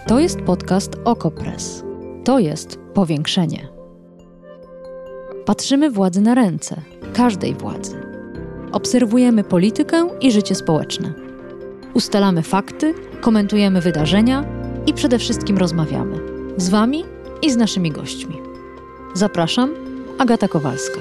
To jest podcast Okopres. To jest powiększenie. Patrzymy władzy na ręce, każdej władzy. Obserwujemy politykę i życie społeczne. Ustalamy fakty, komentujemy wydarzenia i przede wszystkim rozmawiamy. Z Wami i z naszymi gośćmi. Zapraszam, Agata Kowalska.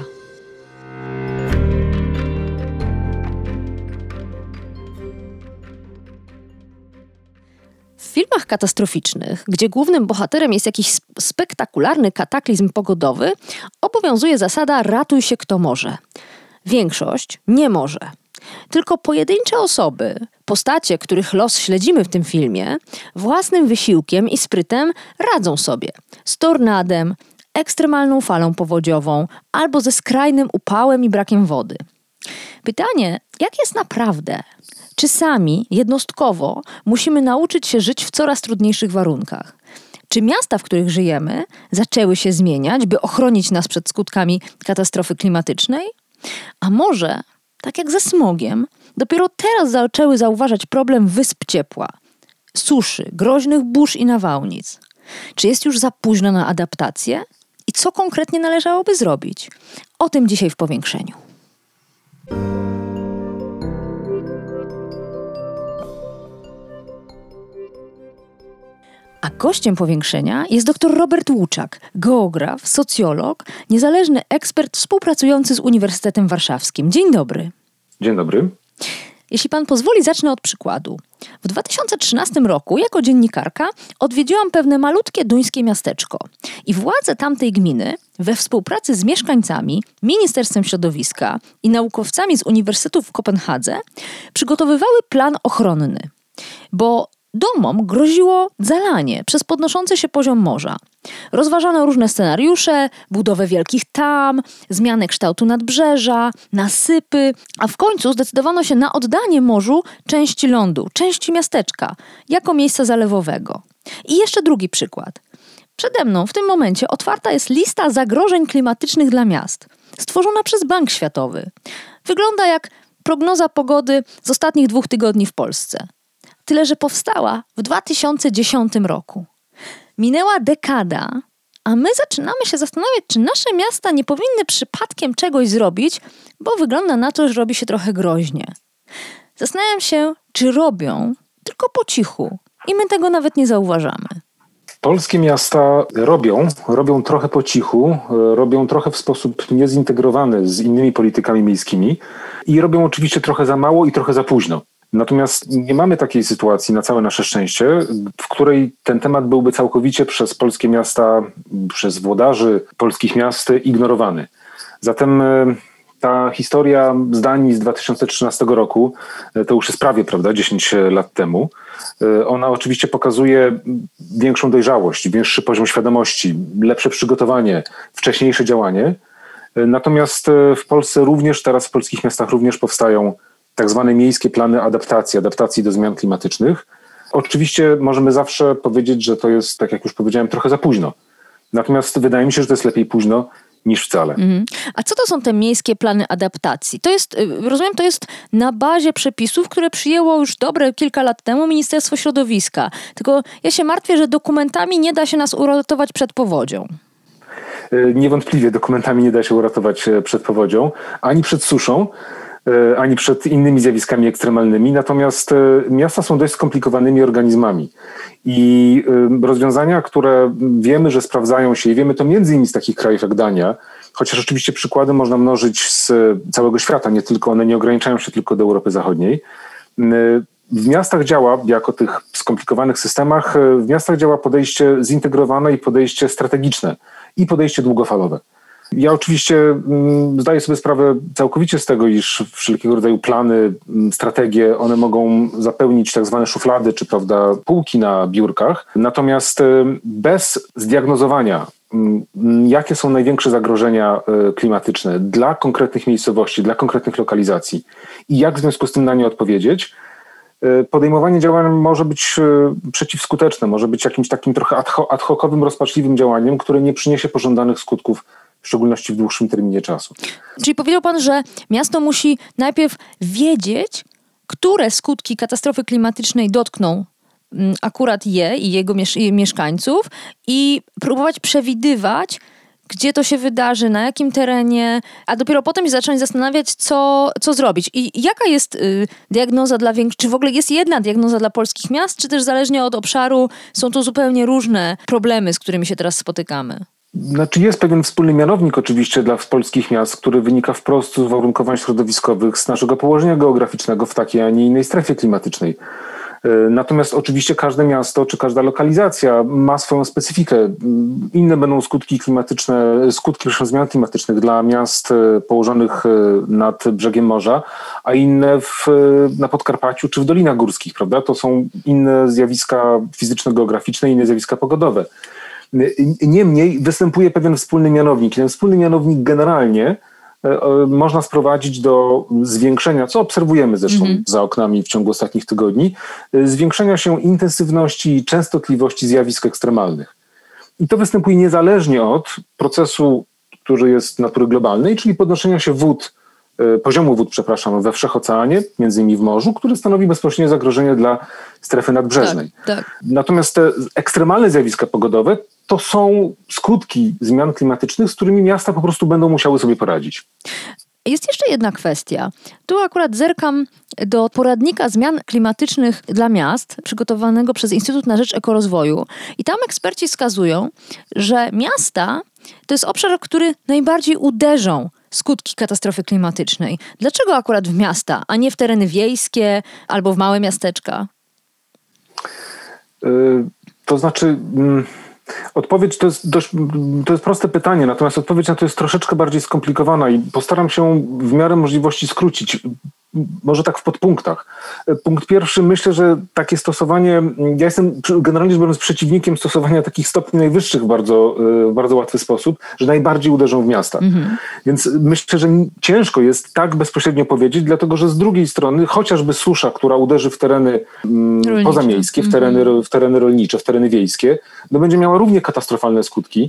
W filmach katastroficznych, gdzie głównym bohaterem jest jakiś spektakularny kataklizm pogodowy, obowiązuje zasada ratuj się kto może. Większość nie może. Tylko pojedyncze osoby, postacie, których los śledzimy w tym filmie, własnym wysiłkiem i sprytem radzą sobie z tornadem, ekstremalną falą powodziową albo ze skrajnym upałem i brakiem wody. Pytanie, jak jest naprawdę? Czy sami, jednostkowo, musimy nauczyć się żyć w coraz trudniejszych warunkach? Czy miasta, w których żyjemy, zaczęły się zmieniać, by ochronić nas przed skutkami katastrofy klimatycznej? A może, tak jak ze smogiem, dopiero teraz zaczęły zauważać problem wysp ciepła, suszy, groźnych burz i nawałnic? Czy jest już za późno na adaptację? I co konkretnie należałoby zrobić? O tym dzisiaj w powiększeniu. A gościem powiększenia jest dr Robert Łuczak, geograf, socjolog, niezależny ekspert współpracujący z Uniwersytetem Warszawskim. Dzień dobry. Dzień dobry. Jeśli pan pozwoli, zacznę od przykładu. W 2013 roku jako dziennikarka odwiedziłam pewne malutkie duńskie miasteczko i władze tamtej gminy we współpracy z mieszkańcami, Ministerstwem Środowiska i naukowcami z Uniwersytetu w Kopenhadze przygotowywały plan ochronny, bo domom groziło zalanie przez podnoszący się poziom morza. Rozważano różne scenariusze, budowę wielkich tam, zmianę kształtu nadbrzeża, nasypy, a w końcu zdecydowano się na oddanie morzu części lądu, części miasteczka, jako miejsca zalewowego. I jeszcze drugi przykład. Przede mną w tym momencie otwarta jest lista zagrożeń klimatycznych dla miast, stworzona przez Bank Światowy. Wygląda jak prognoza pogody z ostatnich 2 tygodni w Polsce. Tyle, że powstała w 2010 roku. Minęła dekada, a my zaczynamy się zastanawiać, czy nasze miasta nie powinny przypadkiem czegoś zrobić, bo wygląda na to, że robi się trochę groźnie. Zastanawiam się, czy robią, tylko po cichu i my tego nawet nie zauważamy. Polskie miasta robią trochę po cichu, robią trochę w sposób niezintegrowany z innymi politykami miejskimi i robią oczywiście trochę za mało i trochę za późno. Natomiast nie mamy takiej sytuacji, na całe nasze szczęście, w której ten temat byłby całkowicie przez polskie miasta, przez włodarzy polskich miast ignorowany. Zatem ta historia z Danii z 2013 roku, to już jest prawie, 10 lat temu, ona oczywiście pokazuje większą dojrzałość, wyższy poziom świadomości, lepsze przygotowanie, wcześniejsze działanie. Natomiast w Polsce również, teraz w polskich miastach również powstają tak zwane miejskie plany adaptacji do zmian klimatycznych. Oczywiście możemy zawsze powiedzieć, że to jest, tak jak już powiedziałem, trochę za późno. Natomiast wydaje mi się, że to jest lepiej późno niż wcale. A co to są te miejskie plany adaptacji? To jest, rozumiem, to jest na bazie przepisów, które przyjęło już dobre kilka lat temu Ministerstwo Środowiska. Tylko ja się martwię, że dokumentami nie da się nas uratować przed powodzią. Niewątpliwie dokumentami nie da się uratować przed powodzią, ani przed suszą, ani przed innymi zjawiskami ekstremalnymi. Natomiast miasta są dość skomplikowanymi organizmami i rozwiązania, które wiemy, że sprawdzają się i wiemy to między innymi z takich krajów jak Dania, chociaż oczywiście przykłady można mnożyć z całego świata, one nie ograniczają się tylko do Europy Zachodniej. W miastach działa, jak o tych skomplikowanych systemach, w miastach działa podejście zintegrowane i podejście strategiczne i podejście długofalowe. Ja oczywiście zdaję sobie sprawę całkowicie z tego, iż wszelkiego rodzaju plany, strategie, one mogą zapełnić tak zwane szuflady, czy półki na biurkach. Natomiast bez zdiagnozowania, jakie są największe zagrożenia klimatyczne dla konkretnych miejscowości, dla konkretnych lokalizacji i jak w związku z tym na nie odpowiedzieć, podejmowanie działań może być przeciwskuteczne, może być jakimś takim trochę ad hocowym, rozpaczliwym działaniem, które nie przyniesie pożądanych skutków, w szczególności w dłuższym terminie czasu. Czyli powiedział pan, że miasto musi najpierw wiedzieć, które skutki katastrofy klimatycznej dotkną akurat je i jego mieszkańców i próbować przewidywać, gdzie to się wydarzy, na jakim terenie, a dopiero potem się zacząć zastanawiać, co zrobić. I jaka jest diagnoza czy w ogóle jest jedna diagnoza dla polskich miast, czy też zależnie od obszaru są to zupełnie różne problemy, z którymi się teraz spotykamy? Znaczy jest pewien wspólny mianownik oczywiście dla polskich miast, który wynika wprost z uwarunkowań środowiskowych, z naszego położenia geograficznego w takiej, a nie innej strefie klimatycznej. Natomiast oczywiście każde miasto czy każda lokalizacja ma swoją specyfikę. Inne będą skutki zmian klimatycznych dla miast położonych nad brzegiem morza, a inne na Podkarpaciu czy w Dolinach Górskich, prawda? To są inne zjawiska fizyczno-geograficzne, inne zjawiska pogodowe. Niemniej występuje pewien wspólny mianownik. Ten wspólny mianownik generalnie można sprowadzić do zwiększenia, co obserwujemy zresztą za oknami w ciągu ostatnich tygodni, zwiększenia się intensywności i częstotliwości zjawisk ekstremalnych. I to występuje niezależnie od procesu, który jest natury globalnej, czyli podnoszenia się poziomu wód we wszechoceanie, między innymi w morzu, który stanowi bezpośrednie zagrożenie dla strefy nadbrzeżnej. Tak. Natomiast te ekstremalne zjawiska pogodowe to są skutki zmian klimatycznych, z którymi miasta po prostu będą musiały sobie poradzić. Jest jeszcze jedna kwestia. Tu akurat zerkam do poradnika zmian klimatycznych dla miast, przygotowanego przez Instytut na rzecz Ekorozwoju. I tam eksperci wskazują, że miasta to jest obszar, który najbardziej uderzą skutki katastrofy klimatycznej. Dlaczego akurat w miasta, a nie w tereny wiejskie albo w małe miasteczka? To znaczy... Odpowiedź to jest proste pytanie, natomiast odpowiedź na to jest troszeczkę bardziej skomplikowana i postaram się w miarę możliwości skrócić. Może tak w podpunktach. Punkt pierwszy, myślę, że takie stosowanie, ja jestem generalnie rzecz biorąc przeciwnikiem stosowania takich stopni najwyższych w bardzo łatwy sposób, że najbardziej uderzą w miasta. Więc myślę, że ciężko jest tak bezpośrednio powiedzieć, dlatego że z drugiej strony chociażby susza, która uderzy w tereny pozamiejskie, w tereny rolnicze, w tereny wiejskie, no będzie miała równie katastrofalne skutki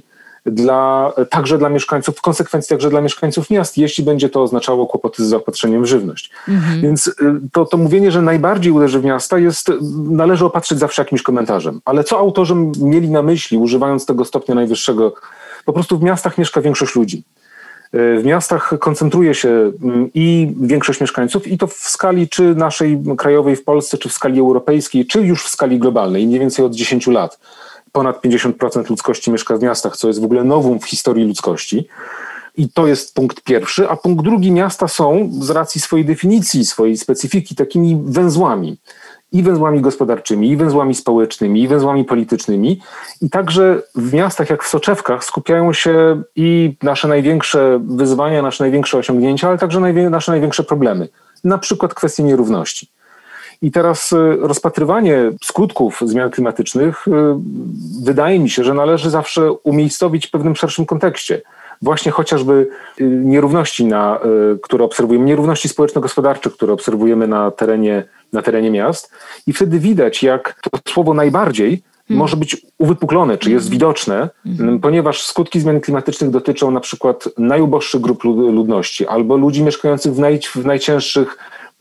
także dla mieszkańców, w konsekwencji także dla mieszkańców miast, jeśli będzie to oznaczało kłopoty z zaopatrzeniem w żywność. Więc to mówienie, że najbardziej uderzy w miasta należy opatrzyć zawsze jakimś komentarzem. Ale co autorzy mieli na myśli, używając tego stopnia najwyższego? Po prostu w miastach mieszka większość ludzi. W miastach koncentruje się i większość mieszkańców i to w skali czy naszej krajowej w Polsce, czy w skali europejskiej, czy już w skali globalnej, mniej więcej od 10 lat. Ponad 50% ludzkości mieszka w miastach, co jest w ogóle nowum w historii ludzkości. I to jest punkt pierwszy. A punkt drugi, miasta są z racji swojej definicji, swojej specyfiki takimi węzłami. I węzłami gospodarczymi, i węzłami społecznymi, i węzłami politycznymi. I także w miastach jak w soczewkach skupiają się i nasze największe wyzwania, nasze największe osiągnięcia, ale także nasze największe problemy. Na przykład kwestie nierówności. I teraz rozpatrywanie skutków zmian klimatycznych wydaje mi się, że należy zawsze umiejscowić w pewnym szerszym kontekście. Właśnie chociażby nierówności, które obserwujemy, nierówności społeczno-gospodarcze, które obserwujemy na terenie miast. I wtedy widać, jak to słowo najbardziej może być uwypuklone, czy jest widoczne, ponieważ skutki zmian klimatycznych dotyczą na przykład najuboższych grup ludności albo ludzi mieszkających w najcięższych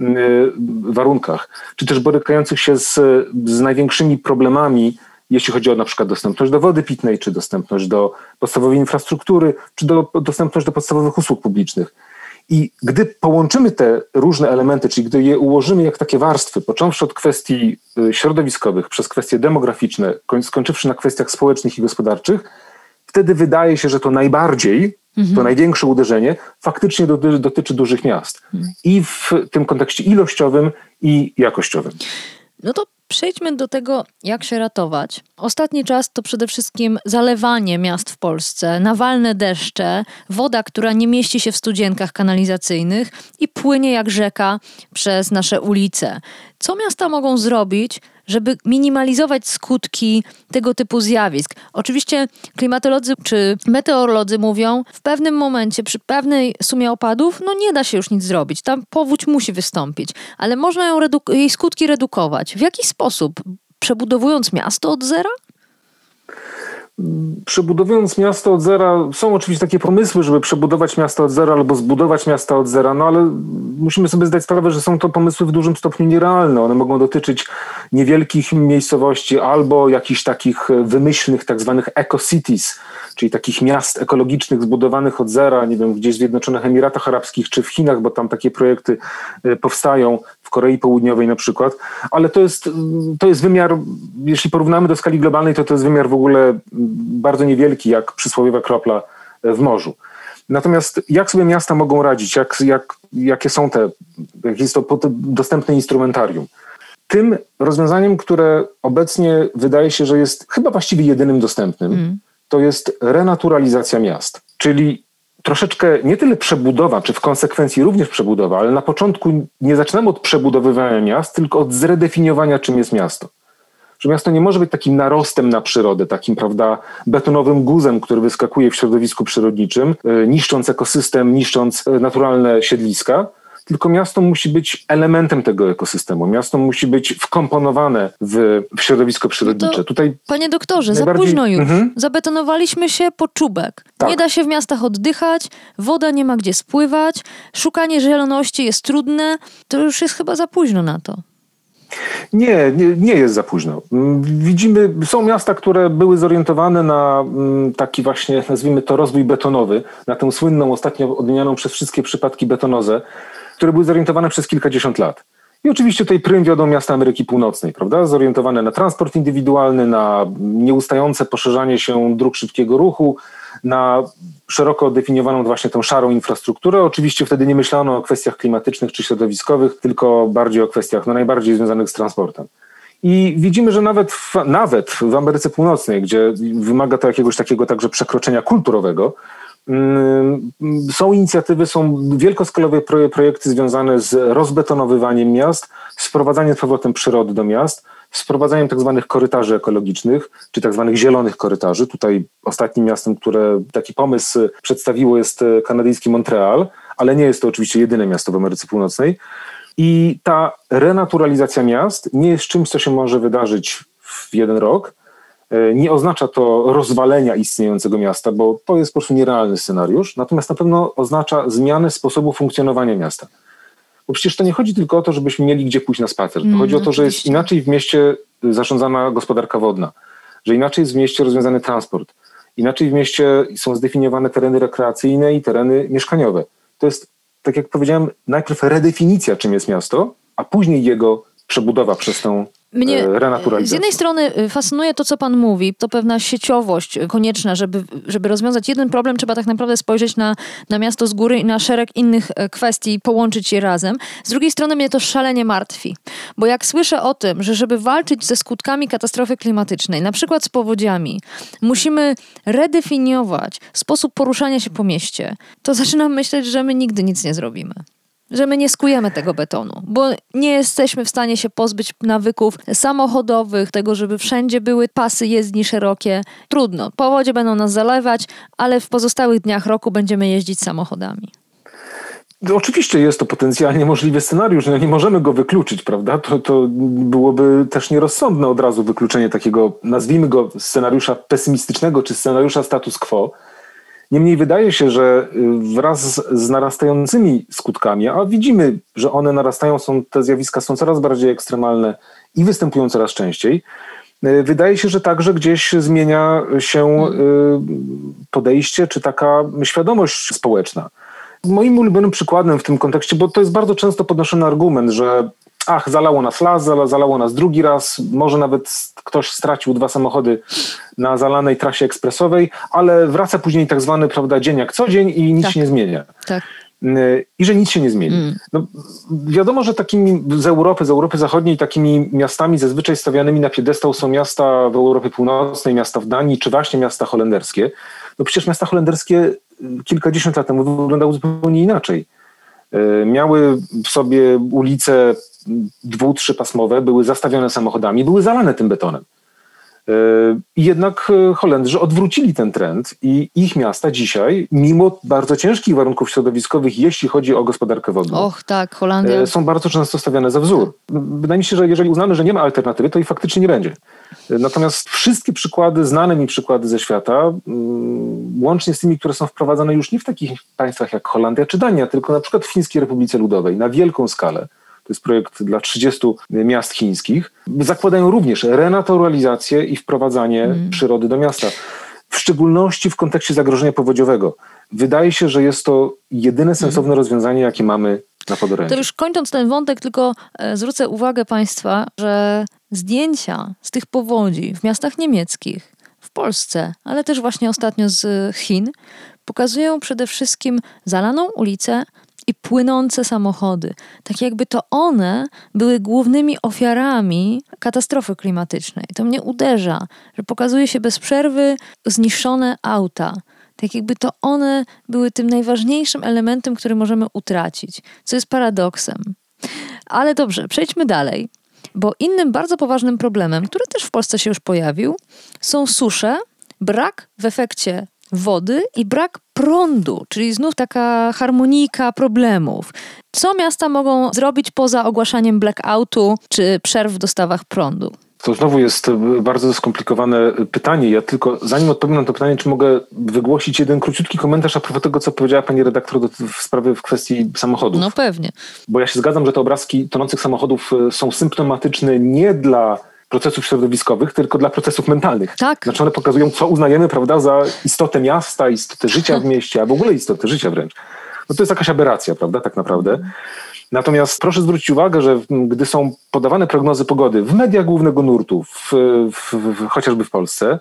warunkach, czy też borykających się z największymi problemami, jeśli chodzi o na przykład dostępność do wody pitnej, czy dostępność do podstawowej infrastruktury, czy dostępność do podstawowych usług publicznych. I gdy połączymy te różne elementy, czyli gdy je ułożymy jak takie warstwy, począwszy od kwestii środowiskowych, przez kwestie demograficzne, skończywszy na kwestiach społecznych i gospodarczych, wtedy wydaje się, że to największe uderzenie faktycznie dotyczy dużych miast. I w tym kontekście ilościowym i jakościowym. No to przejdźmy do tego, jak się ratować. Ostatni czas to przede wszystkim zalewanie miast w Polsce, nawalne deszcze, woda, która nie mieści się w studzienkach kanalizacyjnych i płynie jak rzeka przez nasze ulice. Co miasta mogą zrobić, żeby minimalizować skutki tego typu zjawisk? Oczywiście klimatolodzy czy meteorolodzy mówią, w pewnym momencie, przy pewnej sumie opadów, nie da się już nic zrobić. Tam powódź musi wystąpić, ale można jej skutki redukować. W jaki sposób? Przebudowując miasto od zera? Przebudowując miasto od zera, są oczywiście takie pomysły, żeby przebudować miasto od zera albo zbudować miasta od zera, ale musimy sobie zdać sprawę, że są to pomysły w dużym stopniu nierealne. One mogą dotyczyć niewielkich miejscowości albo jakichś takich wymyślnych tak zwanych eco-cities, czyli takich miast ekologicznych zbudowanych od zera, nie wiem, gdzieś w Zjednoczonych Emiratach Arabskich czy w Chinach, bo tam takie projekty powstają, w Korei Południowej na przykład, ale to jest wymiar, jeśli porównamy do skali globalnej, to jest wymiar w ogóle bardzo niewielki, jak przysłowiowa kropla w morzu. Natomiast jak sobie miasta mogą radzić, jakie jest to dostępne instrumentarium? Tym rozwiązaniem, które obecnie wydaje się, że jest chyba właściwie jedynym dostępnym, to jest renaturalizacja miast. Czyli troszeczkę nie tyle przebudowa, czy w konsekwencji również przebudowa, ale na początku nie zaczynamy od przebudowywania miast, tylko od zredefiniowania, czym jest miasto. Że miasto nie może być takim narostem na przyrodę, takim, prawda, betonowym guzem, który wyskakuje w środowisku przyrodniczym, niszcząc ekosystem, niszcząc naturalne siedliska, tylko miasto musi być elementem tego ekosystemu. Miasto musi być wkomponowane w środowisko przyrodnicze. No tutaj panie doktorze, za późno już. Zabetonowaliśmy się po czubek. Tak. Nie da się w miastach oddychać, woda nie ma gdzie spływać, szukanie zieloności jest trudne. To już jest chyba za późno na to. Nie jest za późno. Widzimy, są miasta, które były zorientowane na taki właśnie, nazwijmy to, rozwój betonowy, na tę słynną, ostatnio odmienianą przez wszystkie przypadki betonozę, które były zorientowane przez kilkadziesiąt lat. I oczywiście tutaj prym wiodą miasta Ameryki Północnej, prawda? Zorientowane na transport indywidualny, na nieustające poszerzanie się dróg szybkiego ruchu, na szeroko definiowaną właśnie tę szarą infrastrukturę. Oczywiście wtedy nie myślano o kwestiach klimatycznych czy środowiskowych, tylko bardziej o kwestiach najbardziej związanych z transportem. I widzimy, że nawet w Ameryce Północnej, gdzie wymaga to jakiegoś takiego także przekroczenia kulturowego, są inicjatywy, są wielkoskalowe projekty związane z rozbetonowywaniem miast, z wprowadzaniem z powrotem przyrody do miast, z wprowadzaniem tak zwanych korytarzy ekologicznych, czy tak zwanych zielonych korytarzy. Tutaj ostatnim miastem, które taki pomysł przedstawiło, jest kanadyjski Montreal, ale nie jest to oczywiście jedyne miasto w Ameryce Północnej. I ta renaturalizacja miast nie jest czymś, co się może wydarzyć w jeden rok. Nie oznacza to rozwalenia istniejącego miasta, bo to jest po prostu nierealny scenariusz, natomiast na pewno oznacza zmianę sposobu funkcjonowania miasta. Bo przecież to nie chodzi tylko o to, żebyśmy mieli gdzie pójść na spacer. To chodzi o to, że jest inaczej w mieście zarządzana gospodarka wodna, że inaczej jest w mieście rozwiązany transport, inaczej w mieście są zdefiniowane tereny rekreacyjne i tereny mieszkaniowe. To jest, tak jak powiedziałem, najpierw redefinicja, czym jest miasto, a później jego przebudowa przez tę renaturalizację. Z jednej strony fascynuje to, co pan mówi, to pewna sieciowość konieczna, żeby rozwiązać jeden problem, trzeba tak naprawdę spojrzeć na miasto z góry i na szereg innych kwestii, połączyć je razem. Z drugiej strony mnie to szalenie martwi, bo jak słyszę o tym, że żeby walczyć ze skutkami katastrofy klimatycznej, na przykład z powodziami, musimy redefiniować sposób poruszania się po mieście, to zaczynam myśleć, że my nigdy nic nie zrobimy. Że my nie skujemy tego betonu, bo nie jesteśmy w stanie się pozbyć nawyków samochodowych, tego, żeby wszędzie były pasy jezdni szerokie. Trudno, powodzie będą nas zalewać, ale w pozostałych dniach roku będziemy jeździć samochodami. Oczywiście jest to potencjalnie możliwy scenariusz, no nie możemy go wykluczyć, prawda? To byłoby też nierozsądne od razu wykluczenie takiego, nazwijmy go, scenariusza pesymistycznego czy scenariusza status quo. Niemniej wydaje się, że wraz z narastającymi skutkami, a widzimy, że one narastają, te zjawiska są coraz bardziej ekstremalne i występują coraz częściej, wydaje się, że także gdzieś zmienia się podejście czy taka świadomość społeczna. Moim ulubionym przykładem w tym kontekście, bo to jest bardzo często podnoszony argument, że zalało nas las, zalało nas drugi raz, może nawet ktoś stracił 2 samochody na zalanej trasie ekspresowej, ale wraca później tak zwany, prawda, dzień jak co dzień i nic się nie zmienia. Tak. I że nic się nie zmieni. No, wiadomo, że takimi z Europy Zachodniej takimi miastami zazwyczaj stawianymi na piedestał są miasta w Europie Północnej, miasta w Danii, czy właśnie miasta holenderskie. No przecież miasta holenderskie kilkadziesiąt lat temu wyglądały zupełnie inaczej. Miały w sobie ulice 2-3-pasmowe, były zastawione samochodami, były zalane tym betonem. I jednak Holendrzy odwrócili ten trend i ich miasta dzisiaj, mimo bardzo ciężkich warunków środowiskowych, jeśli chodzi o gospodarkę wodną, Holandia, są bardzo często stawiane za wzór. Wydaje mi się, że jeżeli uznamy, że nie ma alternatywy, to i faktycznie nie będzie. Natomiast wszystkie przykłady, znane mi przykłady ze świata, łącznie z tymi, które są wprowadzane już nie w takich państwach jak Holandia czy Dania, tylko na przykład w Chińskiej Republice Ludowej, na wielką skalę, to jest projekt dla 30 miast chińskich, zakładają również renaturalizację i wprowadzanie przyrody do miasta. W szczególności w kontekście zagrożenia powodziowego. Wydaje się, że jest to jedyne sensowne rozwiązanie, jakie mamy na podorędziu. To już kończąc ten wątek, tylko zwrócę uwagę Państwa, że zdjęcia z tych powodzi w miastach niemieckich, w Polsce, ale też właśnie ostatnio z Chin, pokazują przede wszystkim zalaną ulicę i płynące samochody. Tak jakby to one były głównymi ofiarami katastrofy klimatycznej. To mnie uderza, że pokazuje się bez przerwy zniszczone auta. Tak jakby to one były tym najważniejszym elementem, który możemy utracić, co jest paradoksem. Ale dobrze, przejdźmy dalej, bo innym bardzo poważnym problemem, który też w Polsce się już pojawił, są susze, brak w efekcie wody i brak prądu, czyli znów taka harmonika problemów. Co miasta mogą zrobić poza ogłaszaniem blackoutu czy przerw w dostawach prądu? To znowu jest bardzo skomplikowane pytanie. Ja tylko, zanim odpowiem na to pytanie, czy mogę wygłosić jeden króciutki komentarz a propos tego, co powiedziała pani redaktor w kwestii samochodów. No pewnie. Bo ja się zgadzam, że te obrazki tonących samochodów są symptomatyczne nie dla procesów środowiskowych, tylko dla procesów mentalnych. Tak. Znaczy one pokazują, co uznajemy, prawda, za istotę miasta, istotę życia w mieście, a w ogóle istotę życia wręcz. No to jest jakaś aberracja, prawda, tak naprawdę. Natomiast proszę zwrócić uwagę, że gdy są podawane prognozy pogody w mediach głównego nurtu, chociażby w Polsce,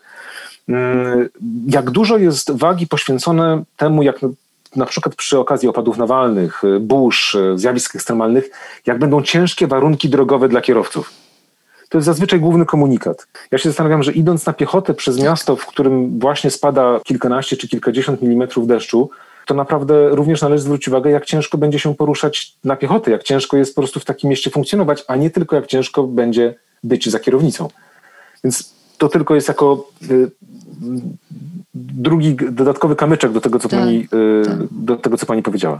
jak dużo jest wagi poświęcone temu, jak na przykład przy okazji opadów nawalnych, burz, zjawisk ekstremalnych, jak będą ciężkie warunki drogowe dla kierowców. To jest zazwyczaj główny komunikat. Ja się zastanawiam, że idąc na piechotę przez miasto, w którym właśnie spada kilkanaście czy kilkadziesiąt milimetrów deszczu, to naprawdę również należy zwrócić uwagę, jak ciężko będzie się poruszać na piechotę, jak ciężko jest po prostu w takim mieście funkcjonować, a nie tylko jak ciężko będzie być za kierownicą. Więc to tylko jest jako drugi dodatkowy kamyczek do tego, co do tego, co pani powiedziała.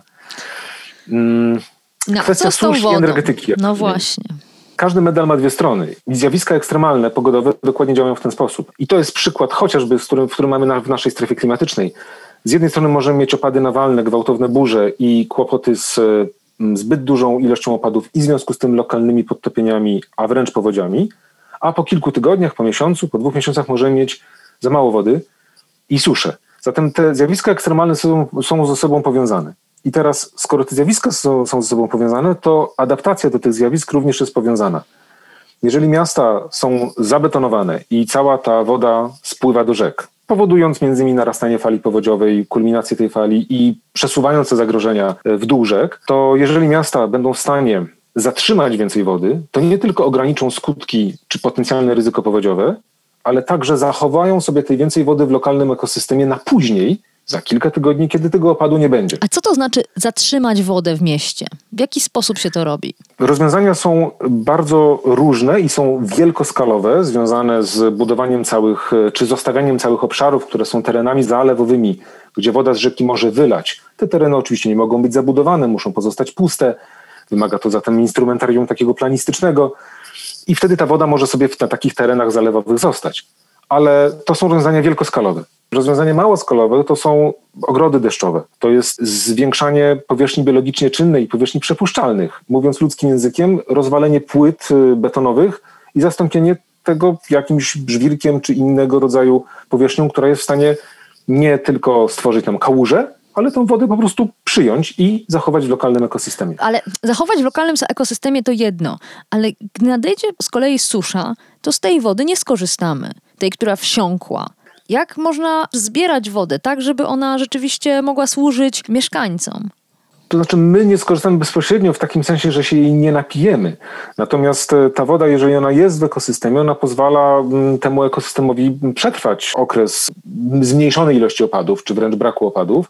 Kwestia susz i energetyki. No właśnie. Każdy medal ma dwie strony. I zjawiska ekstremalne, pogodowe dokładnie działają w ten sposób. I to jest przykład chociażby, w którym mamy w naszej strefie klimatycznej. Z jednej strony możemy mieć opady nawalne, gwałtowne burze i kłopoty z zbyt dużą ilością opadów i w związku z tym lokalnymi podtopieniami, a wręcz powodziami, a po kilku tygodniach, po miesiącu, po 2 miesiącach możemy mieć za mało wody i suszę. Zatem te zjawiska ekstremalne są ze sobą powiązane. I teraz, skoro te zjawiska są ze sobą powiązane, to adaptacja do tych zjawisk również jest powiązana. Jeżeli miasta są zabetonowane i cała ta woda spływa do rzek, powodując między innymi narastanie fali powodziowej, kulminację tej fali i przesuwając te zagrożenia w dół rzek, to jeżeli miasta będą w stanie zatrzymać więcej wody, to nie tylko ograniczą skutki czy potencjalne ryzyko powodziowe, ale także zachowają sobie tej więcej wody w lokalnym ekosystemie na później, za kilka tygodni, kiedy tego opadu nie będzie. A co to znaczy zatrzymać wodę w mieście? W jaki sposób się to robi? Rozwiązania są bardzo różne i są wielkoskalowe, związane z budowaniem czy zostawianiem całych obszarów, które są terenami zalewowymi, gdzie woda z rzeki może wylać. Te tereny oczywiście nie mogą być zabudowane, muszą pozostać puste. Wymaga to zatem instrumentarium takiego planistycznego i wtedy ta woda może sobie na takich terenach zalewowych zostać. Ale to są rozwiązania wielkoskalowe. Rozwiązania małoskalowe to są ogrody deszczowe. To jest zwiększanie powierzchni biologicznie czynnej i powierzchni przepuszczalnych. Mówiąc ludzkim językiem, rozwalenie płyt betonowych i zastąpienie tego jakimś żwirkiem czy innego rodzaju powierzchnią, która jest w stanie nie tylko stworzyć nam kałużę, ale tą wodę po prostu przyjąć i zachować w lokalnym ekosystemie. Ale zachować w lokalnym ekosystemie to jedno, ale gdy nadejdzie z kolei susza, to z tej wody nie skorzystamy, tej, która wsiąkła. Jak można zbierać wodę tak, żeby ona rzeczywiście mogła służyć mieszkańcom? To znaczy my nie skorzystamy bezpośrednio w takim sensie, że się jej nie napijemy. Natomiast ta woda, jeżeli ona jest w ekosystemie, ona pozwala temu ekosystemowi przetrwać okres zmniejszonej ilości opadów, czy wręcz braku opadów,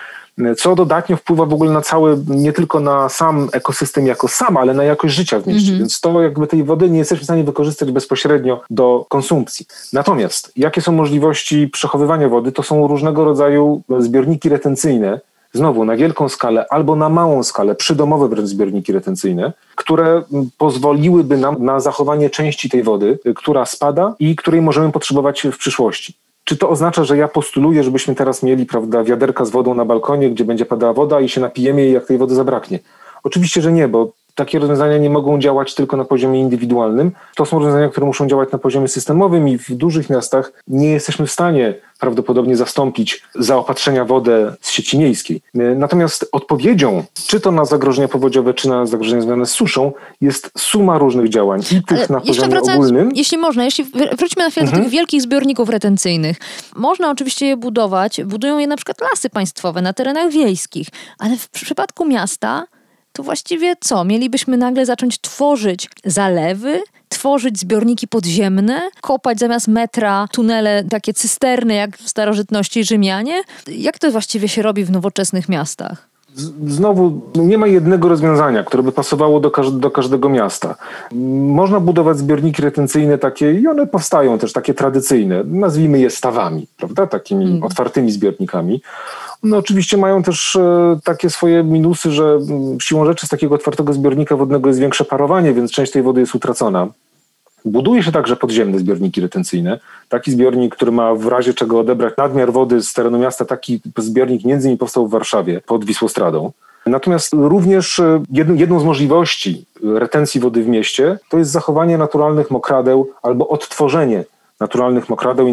co dodatnio wpływa w ogóle na nie tylko na sam ekosystem jako sam, ale na jakość życia w mieście. Więc to jakby tej wody nie jesteśmy w stanie wykorzystać bezpośrednio do konsumpcji. Natomiast jakie są możliwości przechowywania wody? To są różnego rodzaju zbiorniki retencyjne, znowu na wielką skalę albo na małą skalę, przydomowe wręcz zbiorniki retencyjne, które pozwoliłyby nam na zachowanie części tej wody, która spada i której możemy potrzebować w przyszłości. Czy to oznacza, że ja postuluję, żebyśmy teraz mieli, prawda, wiaderka z wodą na balkonie, gdzie będzie padała woda i się napijemy jej, jak tej wody zabraknie? Oczywiście, że nie, bo takie rozwiązania nie mogą działać tylko na poziomie indywidualnym. To są rozwiązania, które muszą działać na poziomie systemowym i w dużych miastach nie jesteśmy w stanie prawdopodobnie zastąpić zaopatrzenia w wodę z sieci miejskiej. Natomiast odpowiedzią, czy to na zagrożenia powodziowe, czy na zagrożenia związane z suszą, jest suma różnych działań i tych na poziomie ogólnym. Jeśli można, wróćmy na chwilę do tych wielkich zbiorników retencyjnych. Można oczywiście je budować, budują je na przykład Lasy Państwowe na terenach wiejskich, ale w przypadku miasta to właściwie co? Mielibyśmy nagle zacząć tworzyć zalewy, tworzyć zbiorniki podziemne, kopać zamiast metra tunele, takie cysterny jak w starożytności Rzymianie? Jak to właściwie się robi w nowoczesnych miastach? Znowu nie ma jednego rozwiązania, które by pasowało do każdego miasta. Można budować zbiorniki retencyjne takie i one powstają też takie tradycyjne. Nazwijmy je stawami, prawda? Takimi otwartymi zbiornikami. No oczywiście mają też takie swoje minusy, że siłą rzeczy z takiego otwartego zbiornika wodnego jest większe parowanie, więc część tej wody jest utracona. Buduje się także podziemne zbiorniki retencyjne. Taki zbiornik, który ma w razie czego odebrać nadmiar wody z terenu miasta, taki zbiornik między innymi powstał w Warszawie pod Wisłostradą. Natomiast również jedną z możliwości retencji wody w mieście to jest zachowanie naturalnych mokradeł albo odtworzenie naturalnych mokradeł i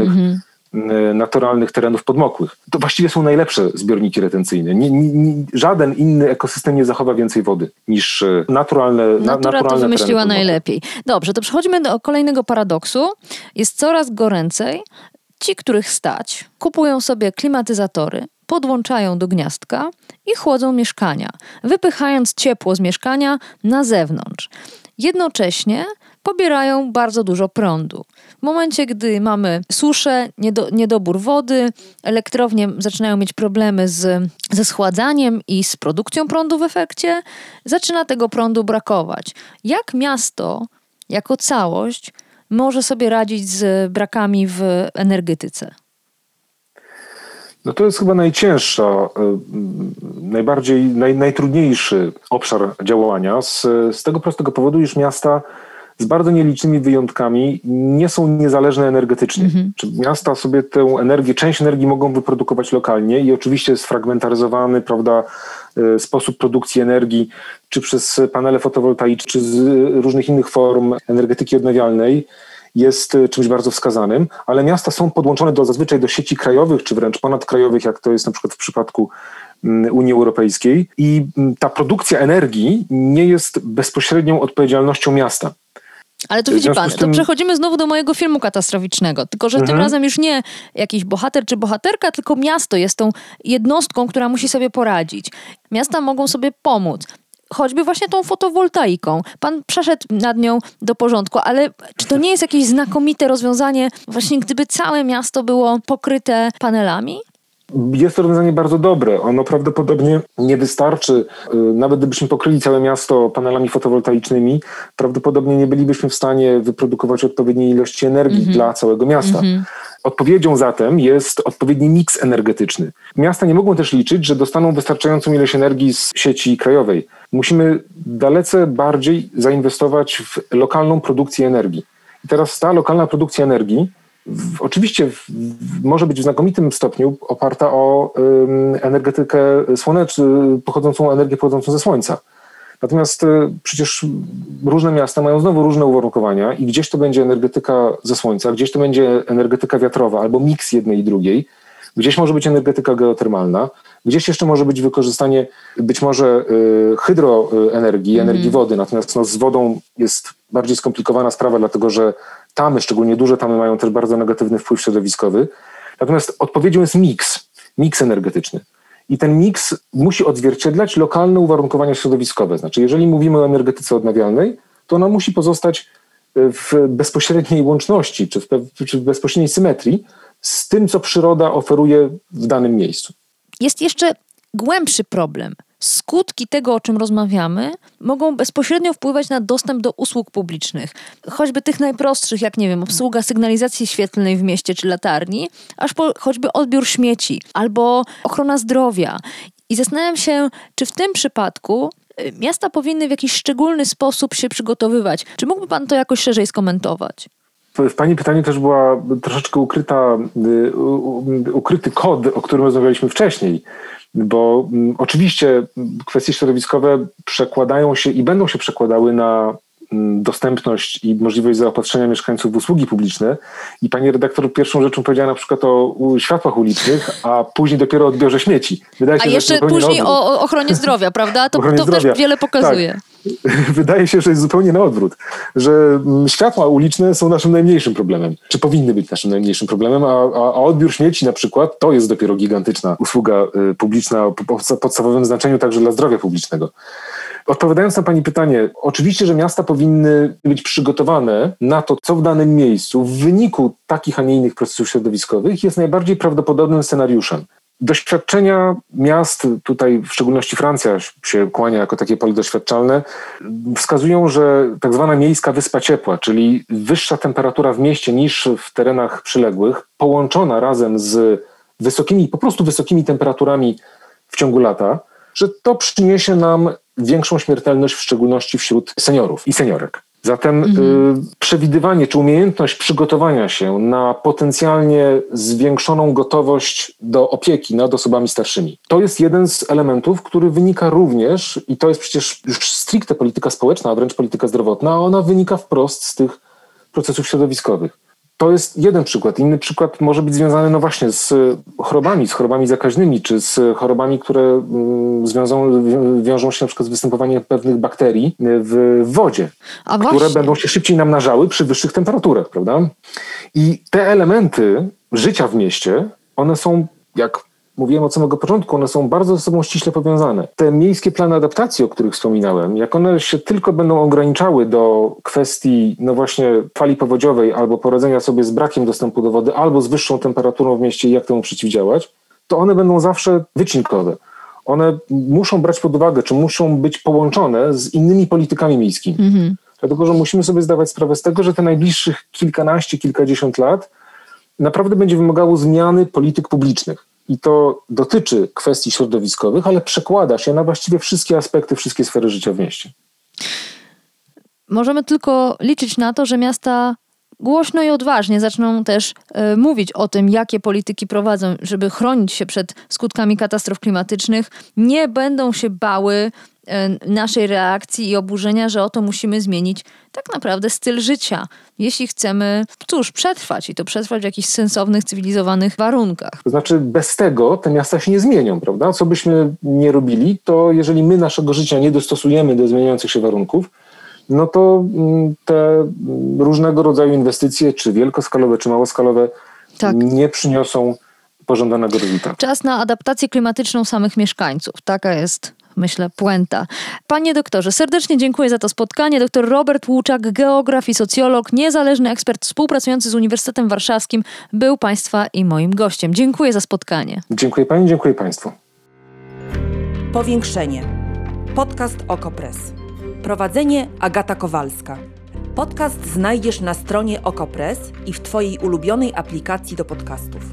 naturalnych terenów podmokłych. To właściwie są najlepsze zbiorniki retencyjne. Żaden inny ekosystem nie zachowa więcej wody niż naturalne Natura to wymyśliła najlepiej. Dobrze, to przechodzimy do kolejnego paradoksu. Jest coraz goręcej. Ci, których stać, kupują sobie klimatyzatory, podłączają do gniazdka i chłodzą mieszkania, wypychając ciepło z mieszkania na zewnątrz. Jednocześnie pobierają bardzo dużo prądu. W momencie, gdy mamy suszę, niedobór wody, elektrownie zaczynają mieć problemy ze schładzaniem i z produkcją prądu w efekcie, zaczyna tego prądu brakować. Jak miasto, jako całość, może sobie radzić z brakami w energetyce? No to jest chyba najcięższa, najtrudniejszy obszar działania z tego prostego powodu, iż miasta z bardzo nielicznymi wyjątkami nie są niezależne energetycznie. Czy miasta sobie tę energię, część energii mogą wyprodukować lokalnie i oczywiście sfragmentaryzowany, prawda, sposób produkcji energii, czy przez panele fotowoltaiczne, czy z różnych innych form energetyki odnawialnej jest czymś bardzo wskazanym, ale miasta są podłączone zazwyczaj do sieci krajowych, czy wręcz ponadkrajowych, jak to jest na przykład w przypadku Unii Europejskiej i ta produkcja energii nie jest bezpośrednią odpowiedzialnością miasta. Ale to widzi pan, to przechodzimy znowu do mojego filmu katastroficznego, tylko że tym razem już nie jakiś bohater czy bohaterka, tylko miasto jest tą jednostką, która musi sobie poradzić. Miasta mogą sobie pomóc. Choćby właśnie tą fotowoltaiką. Pan przeszedł nad nią do porządku, ale czy to nie jest jakieś znakomite rozwiązanie, właśnie gdyby całe miasto było pokryte panelami? Jest to rozwiązanie bardzo dobre. Ono prawdopodobnie nie wystarczy. Nawet gdybyśmy pokryli całe miasto panelami fotowoltaicznymi, prawdopodobnie nie bylibyśmy w stanie wyprodukować odpowiedniej ilości energii dla całego miasta. Odpowiedzią zatem jest odpowiedni miks energetyczny. Miasta nie mogą też liczyć, że dostaną wystarczającą ilość energii z sieci krajowej. Musimy dalece bardziej zainwestować w lokalną produkcję energii. I teraz ta lokalna produkcja energii oczywiście może być w znakomitym stopniu oparta o energetykę energię pochodzącą ze słońca. Natomiast przecież różne miasta mają znowu różne uwarunkowania i gdzieś to będzie energetyka ze słońca, gdzieś to będzie energetyka wiatrowa albo miks jednej i drugiej, gdzieś może być energetyka geotermalna, gdzieś jeszcze może być wykorzystanie być może hydroenergii, energii wody, natomiast z wodą jest bardziej skomplikowana sprawa, dlatego że tamy, szczególnie duże tamy, mają też bardzo negatywny wpływ środowiskowy. Natomiast odpowiedzią jest miks energetyczny. I ten miks musi odzwierciedlać lokalne uwarunkowania środowiskowe. Znaczy, jeżeli mówimy o energetyce odnawialnej, to ona musi pozostać w bezpośredniej łączności, czy w bezpośredniej symetrii z tym, co przyroda oferuje w danym miejscu. Jest jeszcze głębszy problem. Skutki tego, o czym rozmawiamy, mogą bezpośrednio wpływać na dostęp do usług publicznych. Choćby tych najprostszych, jak nie wiem, obsługa sygnalizacji świetlnej w mieście czy latarni, aż po choćby odbiór śmieci albo ochrona zdrowia. I zastanawiam się, czy w tym przypadku miasta powinny w jakiś szczególny sposób się przygotowywać. Czy mógłby pan to jakoś szerzej skomentować? W pani pytaniu też była troszeczkę ukryty kod, o którym rozmawialiśmy wcześniej. Bo oczywiście kwestie środowiskowe przekładają się i będą się przekładały na dostępność i możliwość zaopatrzenia mieszkańców w usługi publiczne. I pani redaktor pierwszą rzeczą powiedziała na przykład o światłach ulicznych, a później dopiero o odbiorze śmieci. Wydaje się, jeszcze później o ochronie zdrowia, prawda? To też wiele pokazuje. Tak. Wydaje się, że jest zupełnie na odwrót, że światła uliczne są naszym najmniejszym problemem, czy powinny być naszym najmniejszym problemem, a odbiór śmieci na przykład to jest dopiero gigantyczna usługa publiczna o podstawowym znaczeniu także dla zdrowia publicznego. Odpowiadając na pani pytanie, oczywiście, że miasta powinny być przygotowane na to, co w danym miejscu w wyniku takich, a nie innych procesów środowiskowych jest najbardziej prawdopodobnym scenariuszem. Doświadczenia miast, tutaj w szczególności Francja się kłania jako takie pole doświadczalne, wskazują, że tak zwana miejska wyspa ciepła, czyli wyższa temperatura w mieście niż w terenach przyległych, połączona razem z po prostu wysokimi temperaturami w ciągu lata, że to przyniesie nam większą śmiertelność, w szczególności wśród seniorów i seniorek. Zatem przewidywanie czy umiejętność przygotowania się na potencjalnie zwiększoną gotowość do opieki nad osobami starszymi. To jest jeden z elementów, który wynika również, i to jest przecież już stricte polityka społeczna, a wręcz polityka zdrowotna, a ona wynika wprost z tych procesów środowiskowych. To jest jeden przykład. Inny przykład może być związany właśnie z chorobami zakaźnymi, czy z chorobami, które wiążą się na przykład z występowaniem pewnych bakterii w wodzie, które będą się szybciej namnażały przy wyższych temperaturach, prawda? I te elementy życia w mieście, one są, jak mówiłem od samego początku, one są bardzo ze sobą ściśle powiązane. Te miejskie plany adaptacji, o których wspominałem, jak one się tylko będą ograniczały do kwestii, właśnie fali powodziowej albo poradzenia sobie z brakiem dostępu do wody, albo z wyższą temperaturą w mieście i jak temu przeciwdziałać, to one będą zawsze wycinkowe. One muszą brać pod uwagę, czy muszą być połączone z innymi politykami miejskimi. Dlatego, że musimy sobie zdawać sprawę z tego, że te najbliższych kilkadziesiąt lat naprawdę będzie wymagało zmiany polityk publicznych. I to dotyczy kwestii środowiskowych, ale przekłada się na właściwie wszystkie aspekty, wszystkie sfery życia w mieście. Możemy tylko liczyć na to, że miasta głośno i odważnie zaczną też mówić o tym, jakie polityki prowadzą, żeby chronić się przed skutkami katastrof klimatycznych. Nie będą się bały naszej reakcji i oburzenia, że oto musimy zmienić tak naprawdę styl życia, jeśli chcemy, przetrwać i to przetrwać w jakichś sensownych, cywilizowanych warunkach. To znaczy bez tego te miasta się nie zmienią, prawda? Co byśmy nie robili, to jeżeli my naszego życia nie dostosujemy do zmieniających się warunków, no to te różnego rodzaju inwestycje, czy wielkoskalowe, czy małoskalowe, nie przyniosą pożądanego rezultatu. Czas na adaptację klimatyczną samych mieszkańców. Taka jest, myślę, puenta. Panie doktorze, serdecznie dziękuję za to spotkanie. Dr Robert Łuczak, geograf i socjolog, niezależny ekspert współpracujący z Uniwersytetem Warszawskim, był Państwa i moim gościem. Dziękuję za spotkanie. Dziękuję Pani, dziękuję Państwu. Powiększenie. Podcast OKO.press. Prowadzenie Agata Kowalska. Podcast znajdziesz na stronie OKO.press i w Twojej ulubionej aplikacji do podcastów.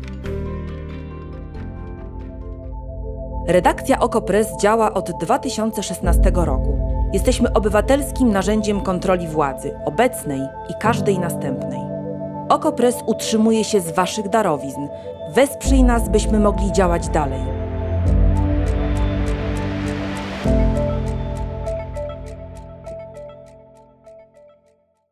Redakcja OKO.press działa od 2016 roku. Jesteśmy obywatelskim narzędziem kontroli władzy, obecnej i każdej następnej. OKO.press utrzymuje się z Waszych darowizn. Wesprzyj nas, byśmy mogli działać dalej.